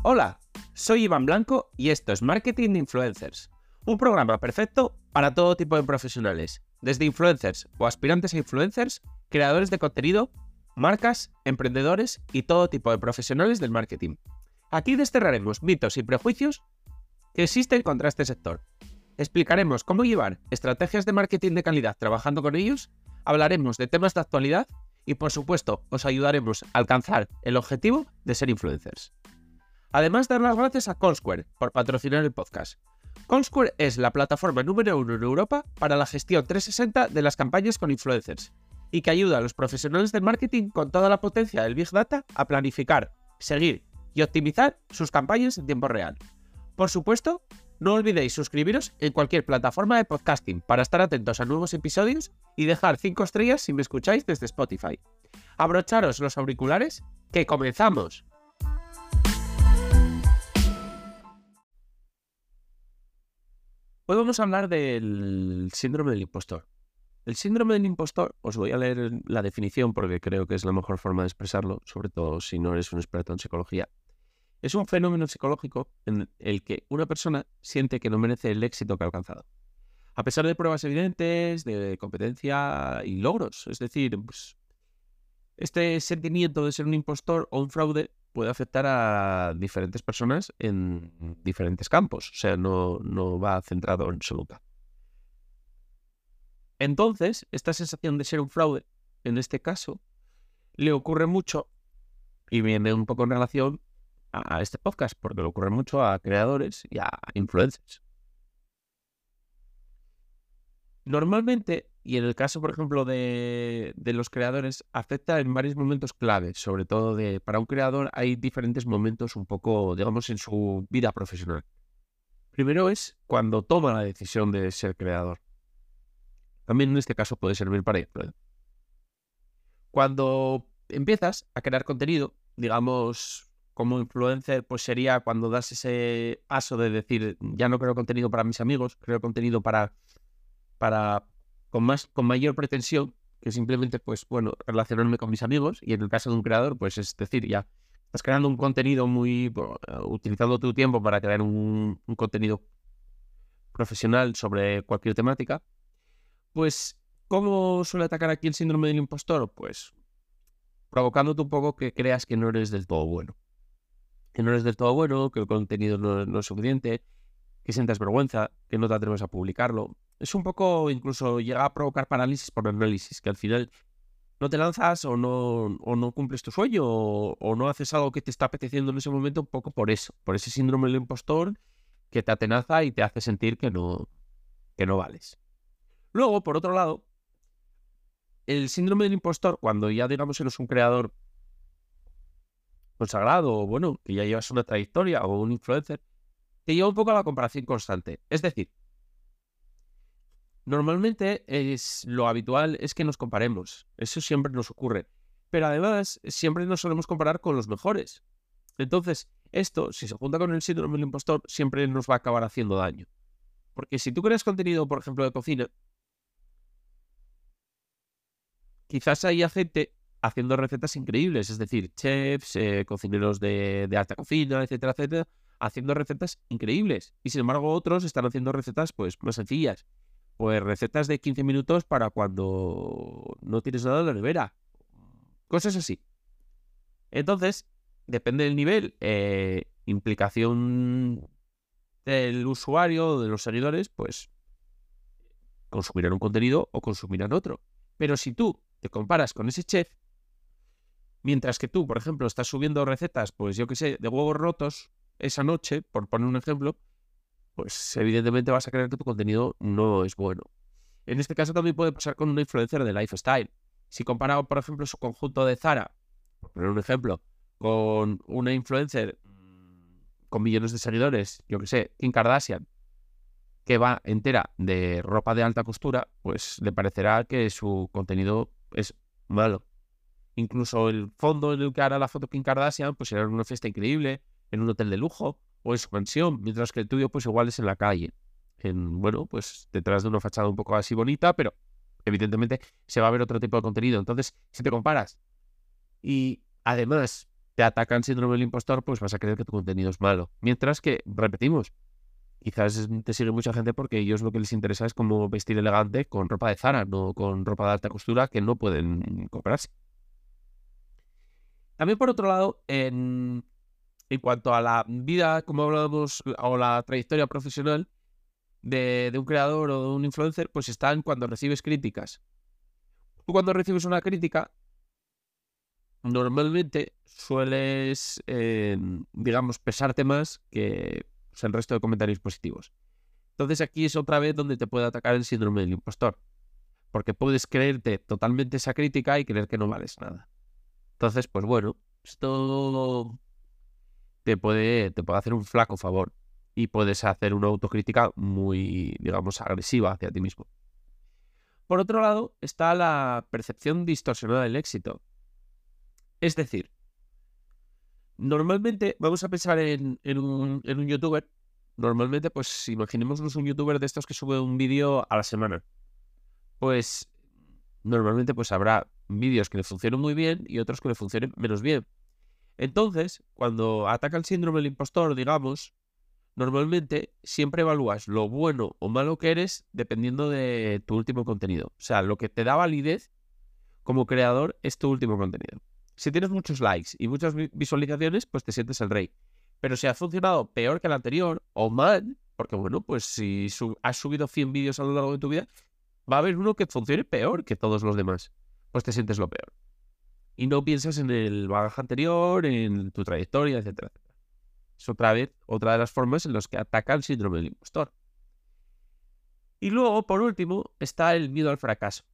Hola, soy Iván Blanco y esto es Marketing de Influencers, un programa perfecto para todo tipo de profesionales, desde influencers o aspirantes a influencers, creadores de contenido, marcas, emprendedores y todo tipo de profesionales del marketing. Aquí desterraremos mitos y prejuicios que existen contra este sector. Explicaremos cómo llevar estrategias de marketing de calidad trabajando con ellos, hablaremos de temas de actualidad y, por supuesto, os ayudaremos a alcanzar el objetivo de ser influencers. Además, dar las gracias a Comsquare por patrocinar el podcast. Comsquare es la plataforma número 1 en Europa para la gestión 360 de las campañas con influencers y que ayuda a los profesionales del marketing con toda la potencia del Big Data a planificar, seguir y optimizar sus campañas en tiempo real. Por supuesto, no olvidéis suscribiros en cualquier plataforma de podcasting para estar atentos a nuevos episodios y dejar 5 estrellas si me escucháis desde Spotify. Abrocharos los auriculares, que comenzamos. Hoy vamos a hablar del síndrome del impostor. El síndrome del impostor, os voy a leer la definición porque creo que es la mejor forma de expresarlo, sobre todo si no eres un experto en psicología. Es un fenómeno psicológico en el que una persona siente que no merece el éxito que ha alcanzado, a pesar de pruebas evidentes de competencia y logros. Es decir, pues, este sentimiento de ser un impostor o un fraude puede afectar a diferentes personas en diferentes campos, o sea, no va centrado en absoluta. Entonces, esta sensación de ser un fraude, en este caso, le ocurre mucho, y viene un poco en relación a este podcast, porque le ocurre mucho a creadores y a influencers. Normalmente, y en el caso, por ejemplo, de los creadores, afecta en varios momentos claves, sobre todo para un creador hay diferentes momentos un poco, digamos, en su vida profesional. Primero es cuando toma la decisión de ser creador. También en este caso puede servir para influencer. Cuando empiezas a crear contenido, digamos, como influencer, pues sería cuando das ese paso de decir, ya no creo contenido para mis amigos, creo contenido con mayor pretensión que simplemente, pues bueno, relacionarme con mis amigos. Y en el caso de un creador, pues es decir, ya estás creando un contenido utilizando tu tiempo para crear un contenido profesional sobre cualquier temática. Pues, ¿cómo suele atacar aquí el síndrome del impostor? Pues provocándote un poco que creas que no eres del todo bueno. Que no eres del todo bueno, que el contenido no es suficiente, que sientas vergüenza, que no te atreves a publicarlo. Es un poco, incluso llega a provocar parálisis por análisis, que al final no te lanzas o no cumples tu sueño o no haces algo que te está apeteciendo en ese momento, un poco por eso, por ese síndrome del impostor que te atenaza y te hace sentir que no vales. Luego, por otro lado, el síndrome del impostor, cuando ya, digamos, eres un creador consagrado o, bueno, que ya llevas una trayectoria o un influencer, te lleva un poco a la comparación constante. Es decir, normalmente lo habitual es que nos comparemos. Eso siempre nos ocurre. Pero además, siempre nos solemos comparar con los mejores. Entonces, esto, si se junta con el síndrome del impostor, siempre nos va a acabar haciendo daño. Porque si tú creas contenido, por ejemplo, de cocina, quizás haya gente haciendo recetas increíbles, es decir, chefs, cocineros de alta cocina, etcétera, etcétera, haciendo recetas increíbles. Y sin embargo, otros están haciendo recetas pues más sencillas. Pues recetas de 15 minutos para cuando no tienes nada en la nevera. Cosas así. Entonces, depende del nivel, implicación del usuario, de los seguidores, pues consumirán un contenido o consumirán otro. Pero si tú te comparas con ese chef, mientras que tú, por ejemplo, estás subiendo recetas, pues yo qué sé, de huevos rotos esa noche, por poner un ejemplo, pues evidentemente vas a creer que tu contenido no es bueno. En este caso también puede pasar con una influencer de lifestyle. Si comparado, por ejemplo, su conjunto de Zara, por poner un ejemplo, con una influencer con millones de seguidores, yo que sé, Kim Kardashian, que va entera de ropa de alta costura, pues le parecerá que su contenido es malo. Incluso el fondo en el que hará la foto Kim Kardashian, pues será en una fiesta increíble, en un hotel de lujo o en su mansión, mientras que el tuyo pues igual es en la calle. Bueno, pues detrás de una fachada un poco así bonita, pero evidentemente se va a ver otro tipo de contenido. Entonces, si te comparas y además te ataca el síndrome del impostor, pues vas a creer que tu contenido es malo. Mientras que, repetimos, quizás te sigue mucha gente porque ellos lo que les interesa es cómo vestir elegante con ropa de Zara, no con ropa de alta costura que no pueden comprarse. También por otro lado, en cuanto a la vida, como hablábamos, o la trayectoria profesional de un creador o de un influencer, pues está en cuando recibes críticas. Tú cuando recibes una crítica, normalmente sueles, digamos, pesarte más que pues, el resto de comentarios positivos. Entonces aquí es otra vez donde te puede atacar el síndrome del impostor, porque puedes creerte totalmente esa crítica y creer que no vales nada. Entonces, pues bueno, esto te puede hacer un flaco favor y puedes hacer una autocrítica muy, digamos, agresiva hacia ti mismo. Por otro lado, está la percepción distorsionada del éxito. Es decir, normalmente vamos a pensar en un youtuber. Normalmente, pues imaginémonos un youtuber de estos que sube un vídeo a la semana. Pues normalmente pues habrá vídeos que le funcionen muy bien y otros que le funcionen menos bien. Entonces, cuando ataca el síndrome del impostor, digamos, normalmente siempre evalúas lo bueno o malo que eres dependiendo de tu último contenido. O sea, lo que te da validez como creador es tu último contenido. Si tienes muchos likes y muchas visualizaciones, pues te sientes el rey. Pero si ha funcionado peor que el anterior o mal, porque bueno, pues si has subido 100 vídeos a lo largo de tu vida, va a haber uno que funcione peor que todos los demás. Pues te sientes lo peor. Y no piensas en el bagaje anterior, en tu trayectoria, etcétera, etcétera. Es otra de las formas en las que ataca el síndrome del impostor. Y luego, por último, está el miedo al fracaso.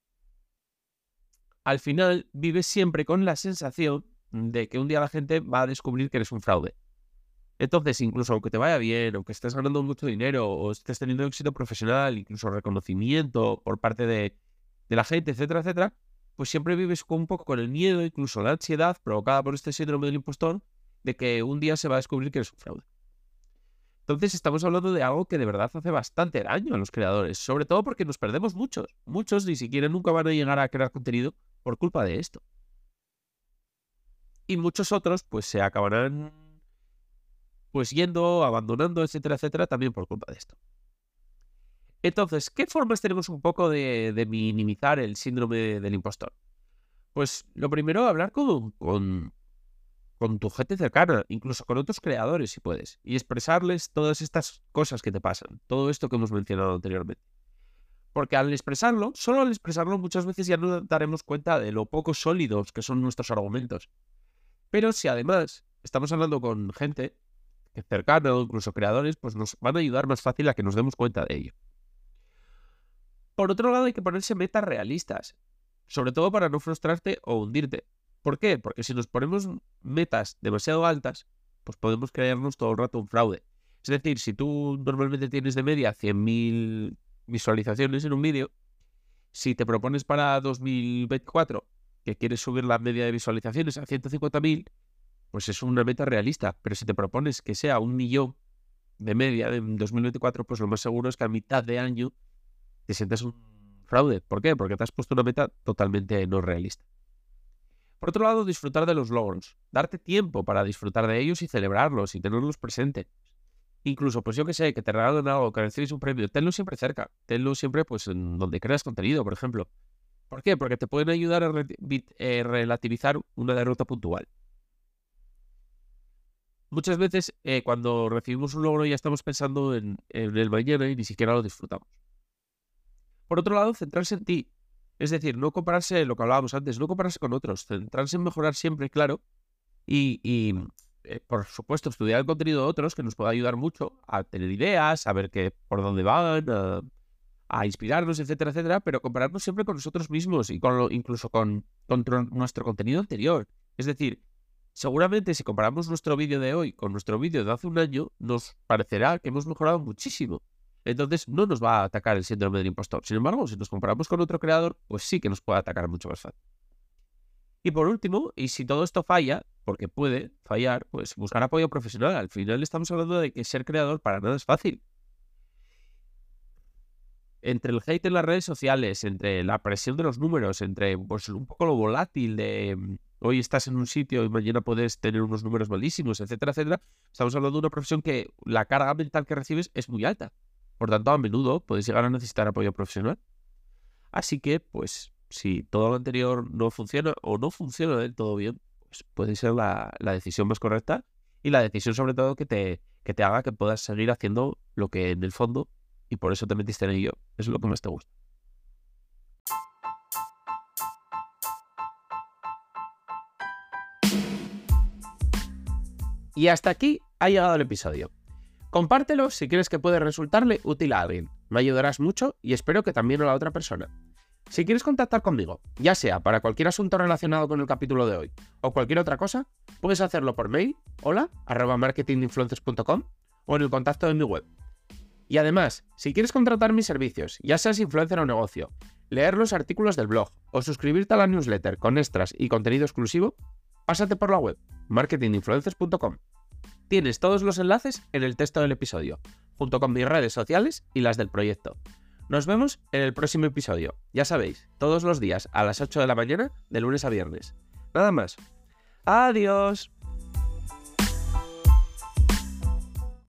Al final, vives siempre con la sensación de que un día la gente va a descubrir que eres un fraude. Entonces, incluso aunque te vaya bien, aunque estés ganando mucho dinero o estés teniendo éxito profesional, incluso reconocimiento por parte de la gente, etcétera, etcétera, pues siempre vives un poco con el miedo, incluso la ansiedad provocada por este síndrome del impostor, de que un día se va a descubrir que eres un fraude. Entonces estamos hablando de algo que de verdad hace bastante daño a los creadores, sobre todo porque nos perdemos muchos. Muchos ni siquiera nunca van a llegar a crear contenido por culpa de esto. Y muchos otros pues se acabarán pues yendo, abandonando, etcétera, etcétera, también por culpa de esto. Entonces, ¿qué formas tenemos un poco de minimizar el síndrome del impostor? Pues lo primero, hablar con tu gente cercana, incluso con otros creadores si puedes, y expresarles todas estas cosas que te pasan, todo esto que hemos mencionado anteriormente. Porque al expresarlo, solo al expresarlo muchas veces ya nos daremos cuenta de lo poco sólidos que son nuestros argumentos. Pero si además estamos hablando con gente cercana o incluso creadores, pues nos van a ayudar más fácil a que nos demos cuenta de ello. Por otro lado, hay que ponerse metas realistas, sobre todo para no frustrarte o hundirte. ¿Por qué? Porque si nos ponemos metas demasiado altas, pues podemos crearnos todo el rato un fraude. Es decir, si tú normalmente tienes de media 100.000 visualizaciones en un vídeo, si te propones para 2024 que quieres subir la media de visualizaciones a 150.000, pues es una meta realista. Pero si te propones que sea 1.000.000 de media en 2024, pues lo más seguro es que a mitad de año te sientes un fraude. ¿Por qué? Porque te has puesto una meta totalmente no realista. Por otro lado, disfrutar de los logros. Darte tiempo para disfrutar de ellos y celebrarlos y tenerlos presentes. Incluso, pues yo que sé, que te regalen algo, que recibes un premio, tenlo siempre cerca. Tenlo siempre, pues, en donde creas contenido, por ejemplo. ¿Por qué? Porque te pueden ayudar a relativizar una derrota puntual. Muchas veces, cuando recibimos un logro, ya estamos pensando en el mañana y ni siquiera lo disfrutamos. Por otro lado, centrarse en ti. Es decir, no compararse, lo que hablábamos antes, no compararse con otros, centrarse en mejorar siempre, claro, y por supuesto, estudiar el contenido de otros, que nos puede ayudar mucho a tener ideas, a ver por dónde van, a inspirarnos, etcétera, etcétera, pero compararnos siempre con nosotros mismos y incluso con nuestro contenido anterior. Es decir, seguramente si comparamos nuestro vídeo de hoy con nuestro vídeo de hace un año, nos parecerá que hemos mejorado muchísimo. Entonces no nos va a atacar el síndrome del impostor. Sin embargo, si nos comparamos con otro creador, pues sí que nos puede atacar mucho más fácil. Y por último, y si todo esto falla, porque puede fallar, pues buscar apoyo profesional. Al final estamos hablando de que ser creador para nada es fácil. Entre el hate en las redes sociales, entre la presión de los números, entre pues un poco lo volátil hoy estás en un sitio y mañana puedes tener unos números malísimos, etcétera, etcétera. Estamos hablando de una profesión que la carga mental que recibes es muy alta. Por tanto, a menudo puedes llegar a necesitar apoyo profesional. Así que, pues, si todo lo anterior no funciona o no funciona del todo bien, pues puede ser la decisión más correcta y la decisión sobre todo que te haga que puedas seguir haciendo lo que en el fondo, y por eso te metiste en ello, es lo que más te gusta. Y hasta aquí ha llegado el episodio. Compártelo si crees que puede resultarle útil a alguien. Me ayudarás mucho y espero que también a la otra persona. Si quieres contactar conmigo, ya sea para cualquier asunto relacionado con el capítulo de hoy o cualquier otra cosa, puedes hacerlo por mail, hola@marketinginfluencers.com, o en el contacto de mi web. Y además, si quieres contratar mis servicios, ya seas influencer o negocio, leer los artículos del blog o suscribirte a la newsletter con extras y contenido exclusivo, pásate por la web marketinginfluencers.com. Tienes todos los enlaces en el texto del episodio, junto con mis redes sociales y las del proyecto. Nos vemos en el próximo episodio. Ya sabéis, todos los días a las 8 de la mañana, de lunes a viernes. Nada más. ¡Adiós!